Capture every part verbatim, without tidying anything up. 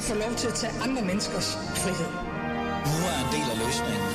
få lov til at tage andre menneskers frihed. Nu er en del af løsningen.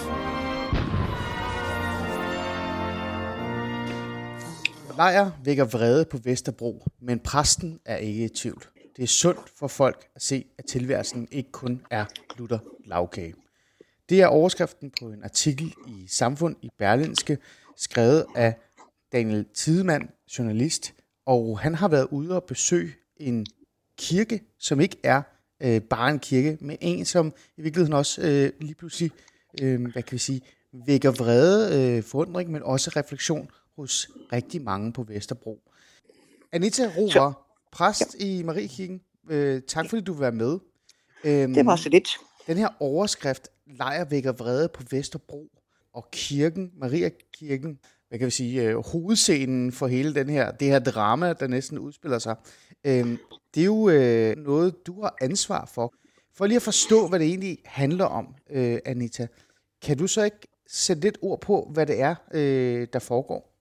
Lejr vækker vrede på Vesterbro, men præsten er ikke i tvivl. Det er sundt for folk at se, at tilværelsen ikke kun er lutter lavkage. Det er overskriften på en artikel i Samfund i Berlingske, skrevet af Daniel Tidemand, journalist, og han har været ude og besøge en kirke, som ikke er øh, bare en kirke, men en, som i virkeligheden også øh, lige pludselig, øh, hvad kan vi sige, vækker vrede, øh, forundring, men også refleksion hos rigtig mange på Vesterbro. Anita Rover, præst ja. i Mariekirken, øh, tak fordi du vil være med. Øhm, det var så lidt. Den her overskrift, Lejr vækker vrede på Vesterbro, og kirken, Mariekirken, hvad kan vi sige, øh, hovedscenen for hele den her, det her drama, der næsten udspiller sig. Øhm, det er jo øh, noget, du har ansvar for. For lige at forstå, hvad det egentlig handler om, øh, Anita, kan du så ikke sætte lidt ord på, hvad det er, øh, der foregår?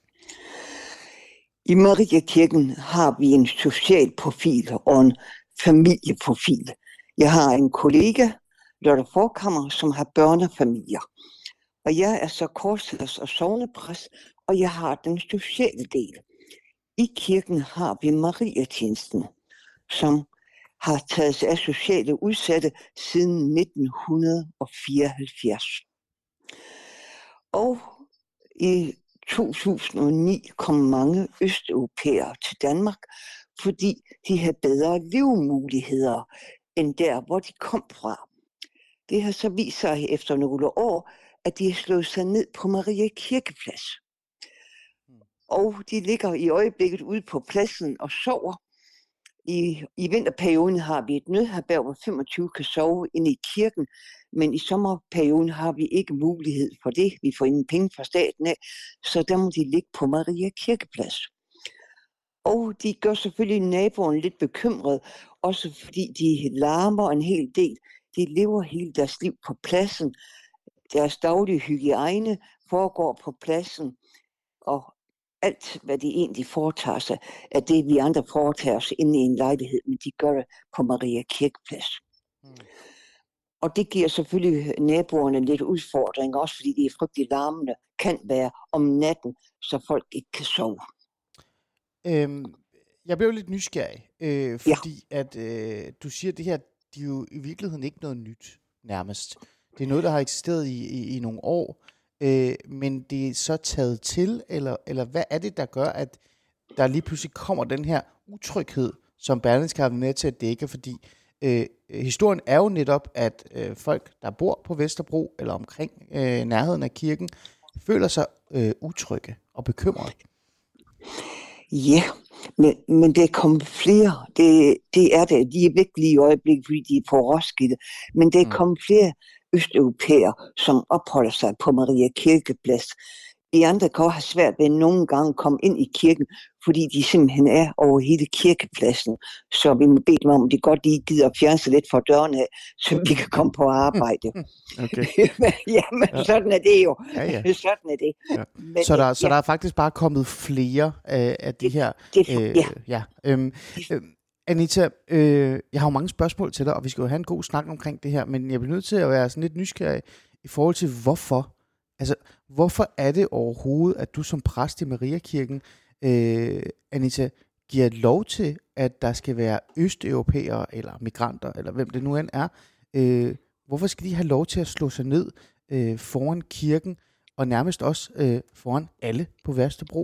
I Mariekirken har vi en social profil og en familieprofil. Jeg har en kollega, Lotte Forkammer, som har børnefamilier. Og jeg er så korshærs- og sognepræst, og jeg har den sociale del. I kirken har vi Marietjenesten, som har taget sig af sociale udsatte siden nitten fireoghalvfjerds. Og i to tusind og ni kom mange østeuropæere til Danmark, fordi de havde bedre levemuligheder end der, hvor de kom fra. Det har så vist sig efter nogle år, at de har slået sig ned på Maria Kirkeplads. Og de ligger i øjeblikket ude på pladsen og sover. I, i vinterperioden har vi et nødherberg, hvor femogtyve kan sove inde i kirken, men i sommerperioden har vi ikke mulighed for det. Vi får ingen penge fra staten af, så der må de ligge på Maria Kirkeplads. Og de gør selvfølgelig naboerne lidt bekymret, også fordi de larmer en hel del. De lever hele deres liv på pladsen. Deres daglige hygiejne foregår på pladsen, og alt, hvad de egentlig foretager sig, er det, vi andre foretager os inde i en lejlighed, men de gør det på Maria Kirkeplads. Mm. Og det giver selvfølgelig naboerne lidt udfordringer, også fordi de er frygtelig larmende, kan være om natten, så folk ikke kan sove. Øhm, jeg blev lidt nysgerrig, øh, fordi ja. at øh, du siger, at det her, det er jo i virkeligheden ikke noget nyt, nærmest. Det er noget, der har eksisteret i, i, i nogle år, øh, men det er så taget til, eller, eller hvad er det, der gør, at der lige pludselig kommer den her utryghed, som Berlingske har været med til at dække, fordi øh, historien er jo netop, at øh, folk, der bor på Vesterbro, eller omkring øh, nærheden af kirken, føler sig øh, utrygge og bekymrede. Ja, men, men det er kommet flere. Det, det er det. De er væk lige i øjeblikket, fordi de er på Roskilde. Men det er kommet flere østeuropæere, som opholder sig på Maria Kirkeplads. De andre kan også have svært ved nogle gange at komme ind i kirken, fordi de simpelthen er over hele kirkepladsen. Så vi må bede dem om, at de godt lige gider at fjerne sig lidt fra døren af, så vi kan komme på arbejde. Okay. Jamen, ja. Sådan er det jo. Ja, ja. Sådan er det. Ja. Men, så, der, ja. så der er faktisk bare kommet flere øh, af de det, her... Det, øh, ja. ja øhm, øh, Anita, øh, jeg har jo mange spørgsmål til dig, og vi skal jo have en god snak omkring det her, men jeg bliver nødt til at være sådan lidt nysgerrig i forhold til, hvorfor. Altså, hvorfor er det overhovedet, at du som præst i Mariekirken, øh, Anita, giver lov til, at der skal være østeuropæere, eller migranter, eller hvem det nu end er? Øh, hvorfor skal de have lov til at slå sig ned øh, foran kirken, og nærmest også øh, foran alle på Vesterbro?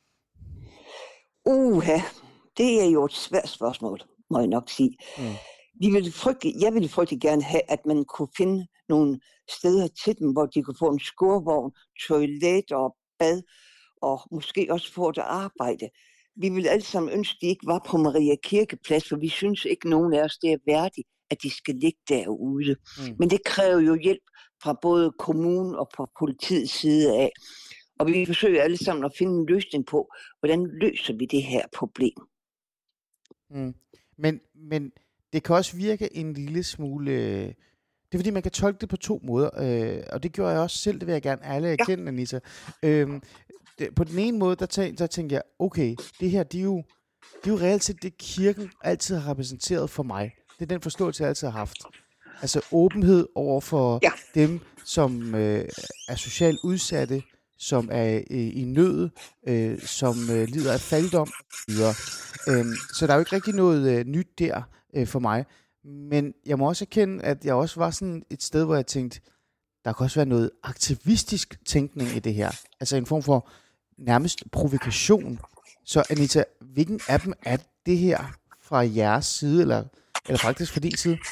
Uha, det er jo et svært spørgsmål, må jeg nok sige. Mm. Vi ville frygte, jeg ville frygtelig gerne have, at man kunne finde nogle steder til dem, hvor de kunne få en skurvogn, toilet og bad, og måske også få et arbejde. Vi ville alle sammen ønske, at de ikke var på Maria Kirkeplads, for vi synes ikke, nogen af os det er værdigt, at de skal ligge derude. Mm. Men det kræver jo hjælp fra både kommunen og fra politiets side af. Og vi forsøger alle sammen at finde en løsning på, hvordan løser vi det her problem. Mm. Men, men det kan også virke en lille smule... Øh, det er fordi, man kan tolke det på to måder, øh, og det gjorde jeg også selv, det vil jeg gerne alle erkende, ja. Anita. Øh, det, på den ene måde, der, tæ, der tænker jeg, okay, det her, det er jo, det er jo reelt set det, kirken altid har repræsenteret for mig. Det er den forståelse, jeg altid har haft. Altså åbenhed over for Ja. dem, som øh, er socialt udsatte, som er øh, i nød, øh, som øh, lider af fattigdom videre. Øhm, så der er jo ikke rigtig noget øh, nyt der øh, for mig. Men jeg må også erkende, at jeg også var sådan et sted, hvor jeg tænkte, der kan også være noget aktivistisk tænkning i det her. Altså en form for nærmest provokation. Så Anita, hvilken af dem er det her fra jeres side, eller, eller faktisk fra din side?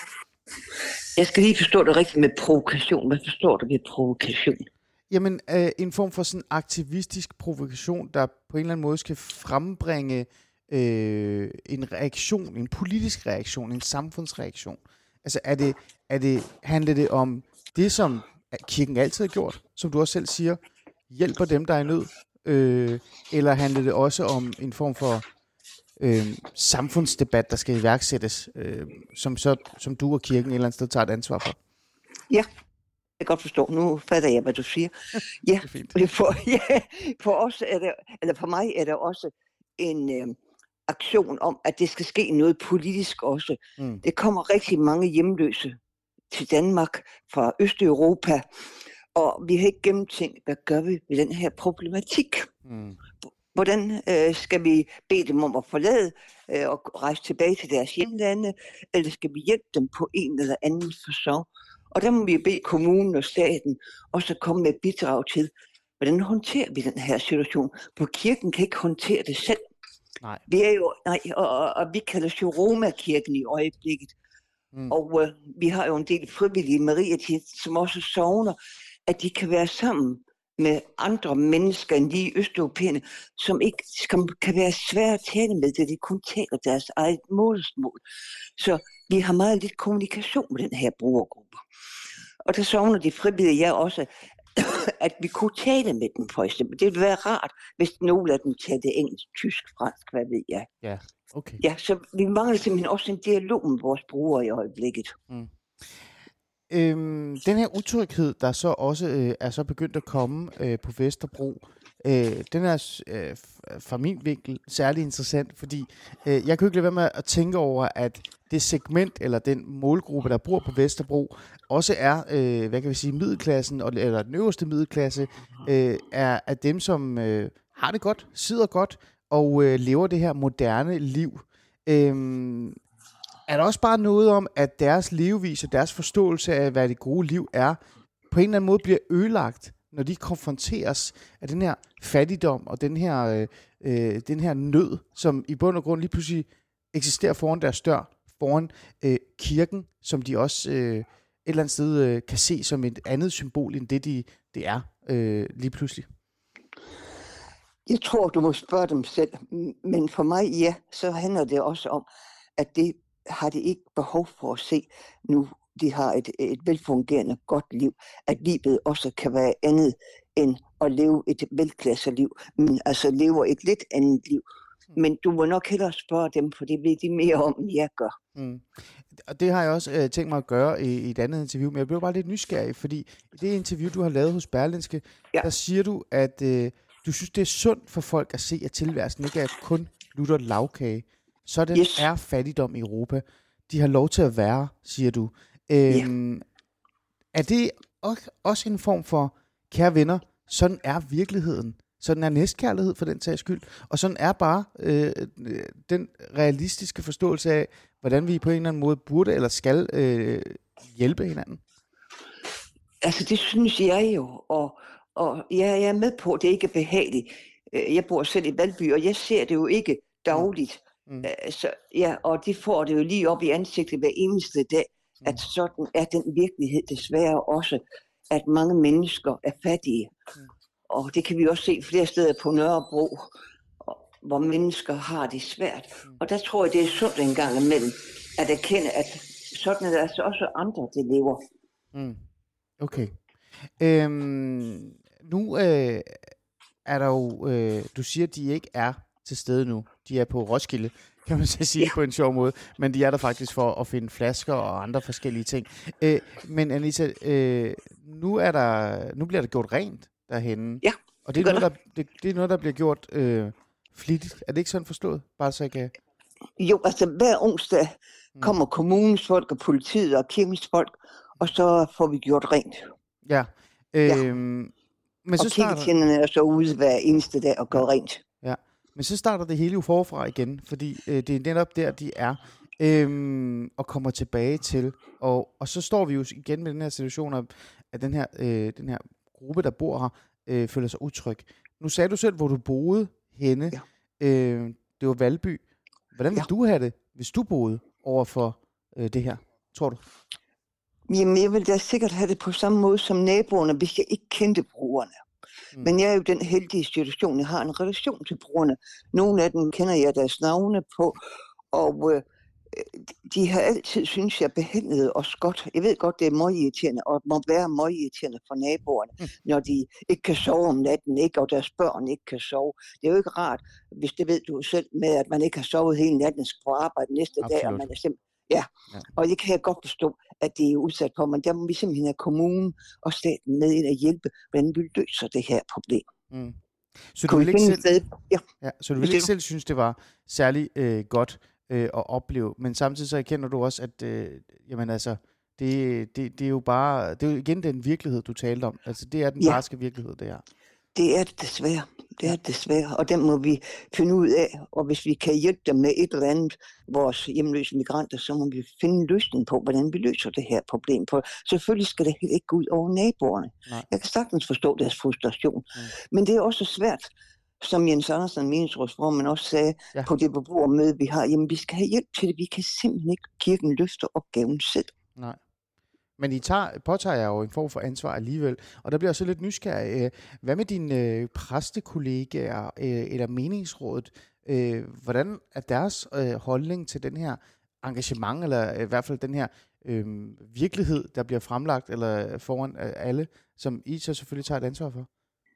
Jeg skal lige forstå det rigtigt med provokation. Hvad forstår du ved provokation? Jamen, øh, en form for sådan aktivistisk provokation, der på en eller anden måde skal frembringe øh, en reaktion, en politisk reaktion, en samfundsreaktion. Altså, er det, er det, handler det om det, som kirken altid har gjort, som du også selv siger, hjælper dem, der er i nød? Øh, eller handler det også om en form for øh, samfundsdebat, der skal iværksættes, øh, som, så, som du og kirken et eller andet sted tager et ansvar for? Ja, jeg kan godt forstå. Nu fatter jeg, hvad du siger. Ja, for, ja, for os er det, eller for mig er det også en øh, aktion om, at det skal ske noget politisk også. Mm. Det kommer rigtig mange hjemløse til Danmark fra Østeuropa, og vi har ikke gennemtænkt, hvad gør vi ved den her problematik? Mm. Hvordan øh, skal vi bede dem om at forlade øh, og rejse tilbage til deres hjemlande, eller skal vi hjælpe dem på en eller anden facon? Og der må vi bede kommunen og staten også komme med et bidrag til, hvordan håndterer vi den her situation? For kirken kan ikke håndtere det selv. Nej. Vi er jo, nej, og, og, og vi kalder os jo Roma-kirken i øjeblikket. Mm. Og øh, vi har jo en del frivillige Mariatid, som også sovner, at de kan være sammen med andre mennesker end de østeuropæerne, som ikke som kan være svære at tale med, da de kun taler deres eget modersmål. Så vi har meget lidt kommunikation med den her brugergruppe. Og der sovner de frivillige jeg også, at vi kunne tale med dem for eksempel. Det ville være rart, hvis nogle af dem talte engelsk, tysk, fransk, hvad ved jeg. Ja, okay. Ja, så vi mangler simpelthen også en dialog med vores brugere i øjeblikket. Mm. Øhm, den her utryghed, der så også øh, er så begyndt at komme øh, på Vesterbro, øh, den er øh, fra min vinkel særlig interessant, fordi øh, jeg kan jo ikke lade være med at tænke over, at det segment eller den målgruppe, der bor på Vesterbro, også er, øh, hvad kan vi sige, middelklassen, eller den øverste middelklasse, øh, er, er dem, som øh, har det godt, sidder godt og øh, lever det her moderne liv. Øh, Er der også bare noget om, at deres levevis og deres forståelse af, hvad det gode liv er, på en eller anden måde bliver ødelagt, når de konfronteres af den her fattigdom og den her, øh, den her nød, som i bund og grund lige pludselig eksisterer foran deres dør, foran øh, kirken, som de også øh, et eller andet sted øh, kan se som et andet symbol, end det de, det er øh, lige pludselig? Jeg tror, du må spørge dem selv, men for mig, ja, så handler det også om, at det har de ikke behov for at se nu. De har et, et velfungerende, godt liv, at livet også kan være andet end at leve et velklasseliv, men altså lever et lidt andet liv. Men du må nok hellere spørge dem, for det ved de mere om, end jeg gør. Mm. Og det har jeg også øh, tænkt mig at gøre i, i et andet interview, men jeg blev bare lidt nysgerrig, fordi i det interview, du har lavet hos Berlingske, ja. Der siger du, at øh, du synes, det er sundt for folk at se, at tilværelsen ikke er kun lutter lavkage. Sådan yes. er fattigdom i Europa. De har lov til at være, siger du. Øhm, yeah. Er det også en form for, kære venner, sådan er virkeligheden. Sådan er næstkærlighed for den sags skyld. Og sådan er bare øh, den realistiske forståelse af, hvordan vi på en eller anden måde burde eller skal øh, hjælpe hinanden. Altså det synes jeg jo, og, og jeg er med på, at det ikke er behageligt. Jeg bor selv i Valby, og jeg ser det jo ikke dagligt. Mm. Så, ja, og de får det jo lige op i ansigtet hver eneste dag, mm. at sådan er den virkelighed desværre også, at mange mennesker er fattige. Mm. Og det kan vi også se flere steder på Nørrebro, hvor mennesker har det svært. Mm. Og der tror jeg, det er sundt en gang imellem, at erkende, at sådan er der altså også andre, der lever. Mm. Okay. Øhm, nu øh, er der jo, øh, du siger, at de ikke er til stede nu. De er på Roskilde, kan man så sige, ja. På en sjov måde. Men de er der faktisk for at finde flasker og andre forskellige ting. Øh, men Anita, øh, nu, er der, nu bliver der gjort rent derhenne. Ja, og det er, noget, der, det, det er noget, der bliver gjort øh, flittigt. Er det ikke sådan forstået? Bare så jeg kan... Jo, altså hver onsdag kommer kommunens folk og politiet og kirkens folk, og så får vi gjort rent. Ja. Øhm, men så og starter... kirketjenerne er så ude hver eneste dag og gør ja. rent. Ja, men så starter det hele jo forfra igen, fordi øh, det er netop der, de er, øhm, og kommer tilbage til. Og, og så står vi jo igen med den her situation, at den her, øh, den her gruppe, der bor her, øh, føler sig utryg. Nu sagde du selv, hvor du boede henne. Ja. Øh, det var Valby. Hvordan vil ja. du have det, hvis du boede over for øh, det her, tror du? Jamen, jeg vil da sikkert have det på samme måde som naboerne, hvis jeg ikke kendte brugerne. Mm. Men jeg er jo den heldige situation, jeg har en relation til brugerne. Nogle af dem kender jeg deres navne på, og øh, de har altid, synes jeg, behandlet os godt. Jeg ved godt, det er møgirriterende, og må være møgirriterende for naboerne, mm. når de ikke kan sove om natten, ikke, og deres børn ikke kan sove. Det er jo ikke rart, hvis det ved du selv, med at man ikke har sovet hele natten, skal på arbejde næste Absolut. dag, og man er simpelthen... Ja. ja, og det kan jeg godt forstå, at det er udsat på, men der må vi simpelthen have kommunen og staten med ind at hjælpe, hvordan vi løser det her problem. Mm. Så du vil ikke selv, ja. Ja, så du vil ikke selv synes, det var særlig øh, godt øh, at opleve, men samtidig så erkender du også, at øh, jamen altså, det, det, det er jo bare, det er jo igen den virkelighed, du talte om. Altså det er den ja. barske virkelighed, det her. Det er det desværre. Det er desværre, og den må vi finde ud af, og hvis vi kan hjælpe dem med et eller andet, vores hjemløse migranter, så må vi finde en løsning på, hvordan vi løser det her problem. For selvfølgelig skal det helt ikke gå ud over naboerne. Nej. Jeg kan sagtens forstå deres frustration, mm. men det er også svært, som Jens Andersen, menighedsrådsformand, også sagde ja. på det beboermøde, vi har. Jamen, vi skal have hjælp til det. Vi kan simpelthen ikke kirken løfte opgaven selv. Nej. Men I tager, påtager jeg jo en form for ansvar alligevel, og der bliver jeg så lidt nysgerrig. Hvad med dine øh, præstekollegaer øh, eller meningsrådet? Øh, hvordan er deres øh, holdning til den her engagement, eller i hvert fald den her øh, virkelighed, der bliver fremlagt eller foran alle, som I så selvfølgelig tager et ansvar for?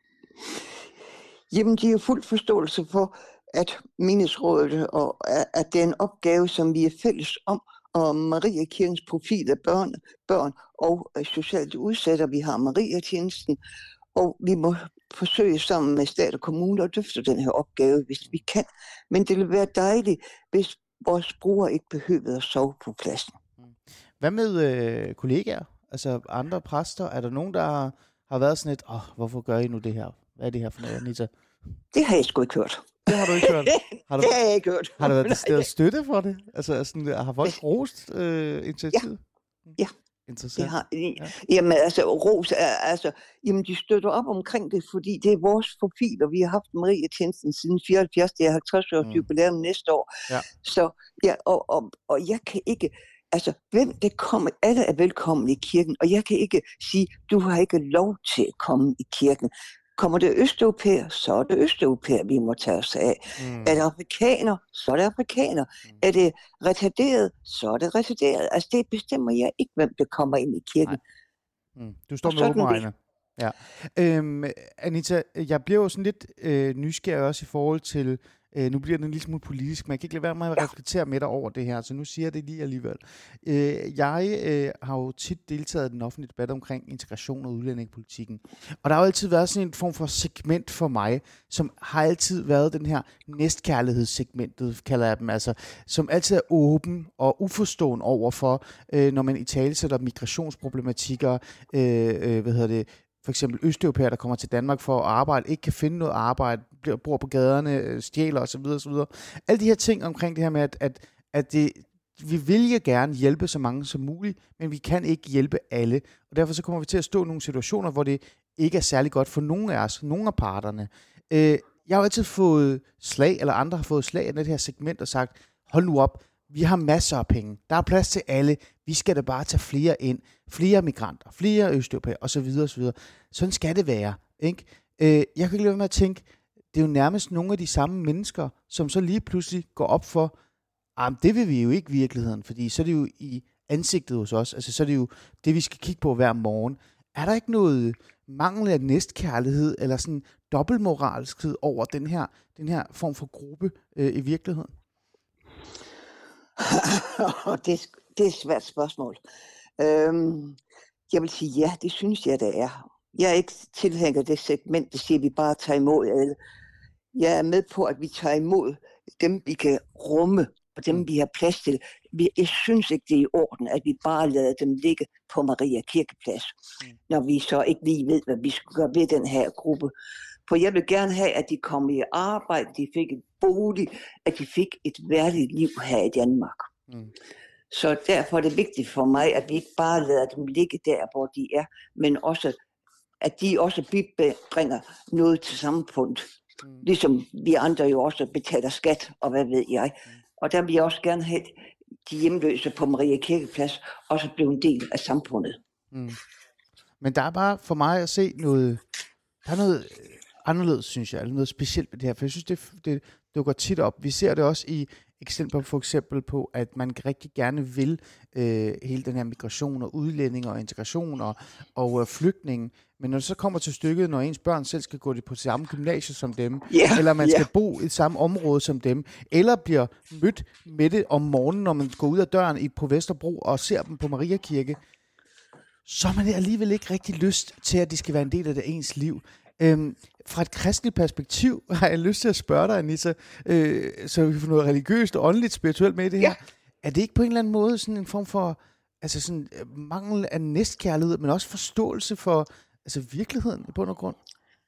Jamen, de er jo fuld forståelse for, at menighedsrådet, og at det er en opgave, som vi er fælles om, og Mariakirkens profil af børn, børn og socialt udsatte. Vi har Mariatjenesten, og vi må forsøge sammen med stat og kommune at løfte den her opgave, hvis vi kan. Men det ville være dejligt, hvis vores brugere ikke behøvede at sove på pladsen. Hvad med øh, kollegaer? Altså andre præster? Er der nogen, der har, har været sådan et, åh, oh, hvorfor gør I nu det her? Hvad er det her for noget, Anita? Det har jeg sgu ikke hørt. Det har du ikke hørt? Har du, det har jeg ikke hørt. Har der været stedet støtte for det? Altså, sådan, har folk rost øh, initiativet? Ja. ja. Interessant. Det har, ja. Jamen altså, ros er, altså, jamen de støtter op omkring det, fordi det er vores profil, og vi har haft Mariatjenesten siden fireoghalvfjerds, det er halvtreds års mm. jubilæum næste år. Ja. Så, ja, og, og, og jeg kan ikke, altså, hvem det kommer, alle er velkommen i kirken, og jeg kan ikke sige, du har ikke lov til at komme i kirken. Kommer det østeuropæer, så er det østeuropæer, vi må tage os af. Mm. Er det afrikaner, så er det afrikaner. Mm. Er det retarderet, så er det retarderet. Altså det bestemmer jeg ikke, hvem der kommer ind i kirken. Mm. Du står med åbne øjne. Ja. Øhm, Anita, jeg bliver jo sådan lidt øh, nysgerrig også i forhold til, øh, nu bliver det en lille smule politisk, men jeg kan ikke lade være med at reflektere med dig over det her, så nu siger jeg det lige alligevel. Øh, jeg øh, har jo tit deltaget i den offentlige debat omkring integration og udlændingepolitikken, og der har jo altid været sådan en form for segment for mig, som har altid været den her næstkærlighedssegmentet, kalder jeg dem, altså, som altid er åben og uforstående overfor, øh, når man italesætter migrationsproblematikker, øh, øh, hvad hedder det, for eksempel østeuropæere, der kommer til Danmark for at arbejde, ikke kan finde noget arbejde, bor på gaderne, stjæler osv. osv. Alle de her ting omkring det her med, at, at, at det, vi vil jo gerne hjælpe så mange som muligt, men vi kan ikke hjælpe alle. Og derfor så kommer vi til at stå i nogle situationer, hvor det ikke er særlig godt for nogen af os, nogle af parterne. Øh, jeg har altid fået slag, eller andre har fået slag af det her segment og sagt, hold nu op, vi har masser af penge. Der er plads til alle. Vi skal da bare tage flere ind. Flere migranter, flere østeuropæere osv. osv. Sådan skal det være. Ikke? Øh, jeg kan ikke lade være med at tænke, det er jo nærmest nogle af de samme mennesker, som så lige pludselig går op for, ah, det vil vi jo ikke i virkeligheden, fordi så er det jo i ansigtet hos os. Altså så er det jo det, vi skal kigge på hver morgen. Er der ikke noget mangel af næstkærlighed eller sådan dobbeltmoralskhed over den her, den her form for gruppe øh, i virkeligheden? det, er, det er et svært spørgsmål. Øhm, jeg vil sige ja, det synes jeg, det er. Jeg er ikke tilhænger af det segment, der siger, at vi bare tager imod alle. Jeg er med på, at vi tager imod dem, vi kan rumme, og dem, vi har plads til. vi, jeg synes ikke, det er i orden, at vi bare lader dem ligge på Maria Kirkeplads, mm. når vi så ikke lige ved, hvad vi skal gøre ved den her gruppe. For jeg vil gerne have, at de kom i arbejde, de fik et bolig, at de fik et værdigt liv her i Danmark. Mm. Så derfor er det vigtigt for mig, at vi ikke bare lader dem ligge der, hvor de er, men også, at de også bibringer noget til samfundet. Mm. Ligesom vi andre jo også betaler skat, og hvad ved jeg. Mm. Og der vil jeg også gerne have, de hjemløse på Maria Kirkeplads også blev en del af samfundet. Mm. Men der er bare for mig at se noget, der er noget anderledes, synes jeg, eller noget specielt ved det her, for jeg synes, det, det dukker tit op. Vi ser det også i eksempler for eksempel på, at man rigtig gerne vil øh, hele den her migration og udlænding og integration og, og øh, flygtninge, men når det så kommer til stykket, når ens børn selv skal gå på det samme gymnasie som dem, yeah, eller man skal yeah. bo i samme område som dem, eller bliver mødt med det om morgenen, når man går ud af døren i, på Vesterbro og ser dem på Maria Kirke, så har man alligevel ikke rigtig lyst til, at de skal være en del af det ens liv. Øhm, fra et kristeligt perspektiv har jeg lyst til at spørge dig, Anita, øh, så vi kan få noget religiøst og åndeligt, spirituelt med i det her. Ja. Er det ikke på en eller anden måde sådan en form for altså sådan, mangel af næstkærlighed, men også forståelse for altså virkeligheden i bund og grund?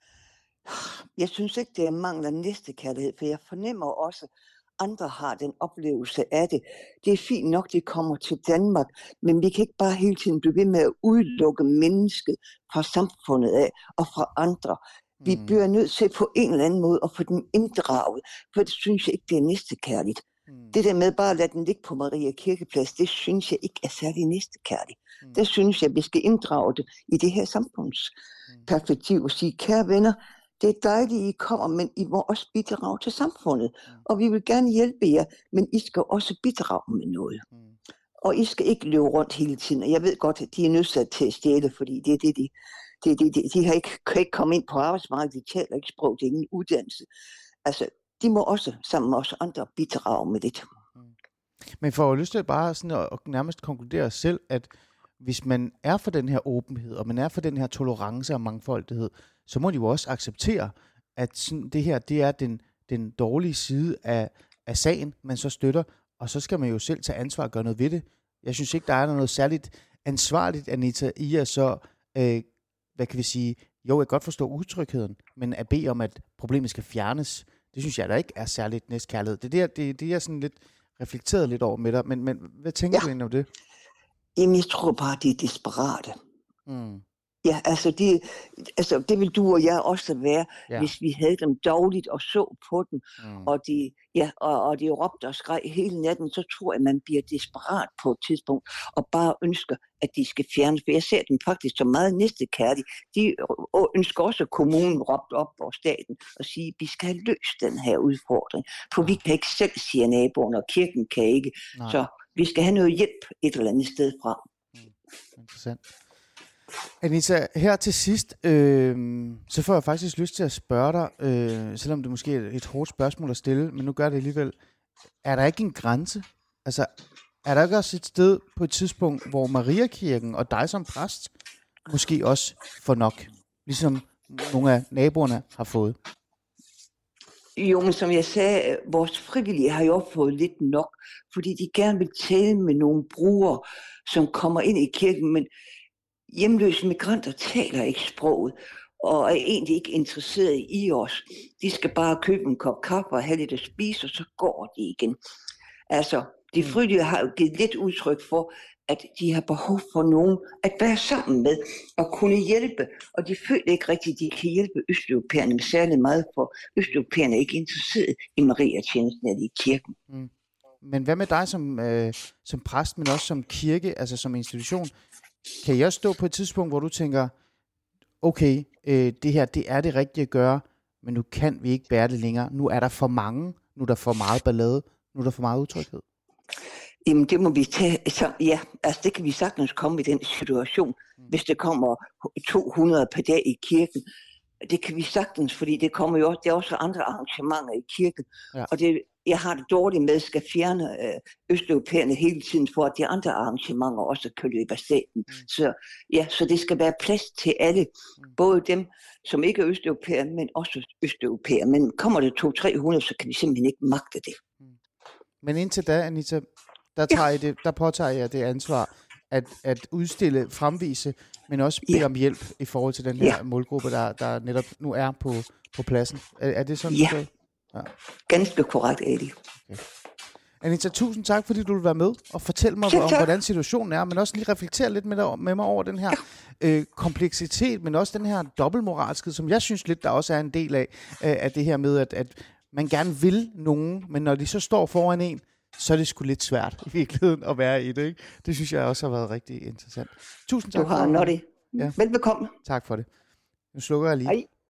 Jeg synes ikke, det er mangel af næstekærlighed, for jeg fornemmer også, andre har den oplevelse af det. Det er fint nok, det kommer til Danmark, men vi kan ikke bare hele tiden blive ved med at udelukke mennesket fra samfundet af og fra andre. Vi mm. bliver nødt til på en eller anden måde at få dem inddraget, for det synes jeg ikke, det er næstekærligt. Mm. Det der med bare at lade den ligge på Maria Kirkeplads, det synes jeg ikke er særlig næstekærligt. Mm. Det synes jeg, vi skal inddrage det i det her samfundsperspektiv og sige, kære venner, det er dejligt, I kommer, men I må også bidrage til samfundet. Mm. Og vi vil gerne hjælpe jer, men I skal også bidrage med noget. Mm. Og I skal ikke løbe rundt hele tiden. Og jeg ved godt, at de er nødsat til at stjæle, fordi det er det, de, det, det, de, de har ikke, kan ikke komme ind på arbejdsmarkedet, de taler ikke sprog, det er ingen uddannelse. Altså, de må også sammen med os andre bidrage med det. Mm. Men for at lyst til bare sådan at, at nærmest konkludere selv, at hvis man er for den her åbenhed, og man er for den her tolerance og mangfoldighed, så må de jo også acceptere, at sådan, det her, det er den, den dårlige side af, af sagen, man så støtter, og så skal man jo selv tage ansvar og gøre noget ved det. Jeg synes ikke, der er noget særligt ansvarligt, Anita, i at så, øh, hvad kan vi sige, jo, jeg kan godt forstå utrygheden, men at bede om, at problemet skal fjernes, det synes jeg, der ikke er særligt næstkærlighed. Det er det, det, det er sådan lidt reflekteret lidt over med dig, men, men hvad tænker ja. du egentlig om det? Jamen, jeg tror bare, de er desperate. Mm. Ja, altså, de, altså det vil du og jeg også være, ja. Hvis vi havde dem dagligt og så på dem, mm. og, de, ja, og, og de råbte og skreg hele natten, så tror jeg, man bliver desperat på et tidspunkt, og bare ønsker, at de skal fjernes. For jeg ser dem faktisk så meget næstekærlige. De ønsker også, at kommunen råbte op og staten og sige, at vi skal have løst den her udfordring. For vi kan ikke selv, siger naboerne, og kirken kan ikke. Nej. Så vi skal have noget hjælp et eller andet sted fra. Mm. Interessant. Anita, her til sidst, øh, så får jeg faktisk lyst til at spørge dig, øh, selvom det måske er et hårdt spørgsmål at stille, men nu gør det alligevel. Er der ikke en grænse? Altså, er der ikke også et sted på et tidspunkt, hvor Mariakirken og dig som præst måske også får nok, ligesom nogle af naboerne har fået? Jo, men som jeg sagde, vores frivillige har jo også fået lidt nok, fordi de gerne vil tale med nogle brugere, som kommer ind i kirken, men hjemløse migranter taler ikke sproget, og er egentlig ikke interesseret i os. De skal bare købe en kop kaffe og have lidt at spise, og så går de igen. Altså, de frivillige har jo givet lidt udtryk for, at de har behov for nogen at være sammen med og kunne hjælpe. Og de føler ikke rigtigt, at de kan hjælpe østeuropæerne med særlig meget, for østeuropæerne er ikke interesseret i Maria-tjenesten eller i kirken. Mm. Men hvad med dig som, øh, som præst, men også som kirke, altså som institution? Kan jeg stå på et tidspunkt, hvor du tænker, okay, øh, det her, det er det rigtige at gøre, men nu kan vi ikke bære det længere. Nu er der for mange, nu er der for meget ballade, nu er der for meget utryghed. Jamen det må vi tage, så, ja, altså det kan vi sagtens komme i den situation, mm. hvis der kommer to hundrede per dag i kirken. Det kan vi sagtens, fordi det kommer jo også, der er også andre arrangementer i kirken, ja. Og det, jeg har det dårligt med, at skal fjerne øh, østeuropæerne hele tiden, for at de andre arrangementer også kan løbe af staten. Mm. Så, ja, så det skal være plads til alle, mm. både dem, som ikke er østeuropæere, men også østeuropæere. Men kommer det to til tre hundrede, så kan vi simpelthen ikke magte det. Mm. Men indtil da, Anita, der, tager I det, der påtager jeg det ansvar at, at udstille, fremvise, men også bede Ja. om hjælp i forhold til den her Ja. målgruppe, der, der netop nu er på, på pladsen. Er, er det sådan, Ja. forstået? Ja. Ganske korrekt, Adi. Anita, tusind tak, fordi du vil være med og fortælle mig Selv om, tak. hvordan situationen er, men også lige reflektere lidt med, dig, med mig over den her øh, kompleksitet, men også den her dobbeltmoralskhed, som jeg synes lidt, der også er en del af, øh, af det her med, at, at man gerne vil nogen, men når de så står foran en, så er det sgu lidt svært i virkeligheden at være i det. Ikke? Det synes jeg også har været rigtig interessant. Tusind tak. Du har for, noget det. Ja. Velbekomme. Tak for det. Nu slukker jeg lige. Hej.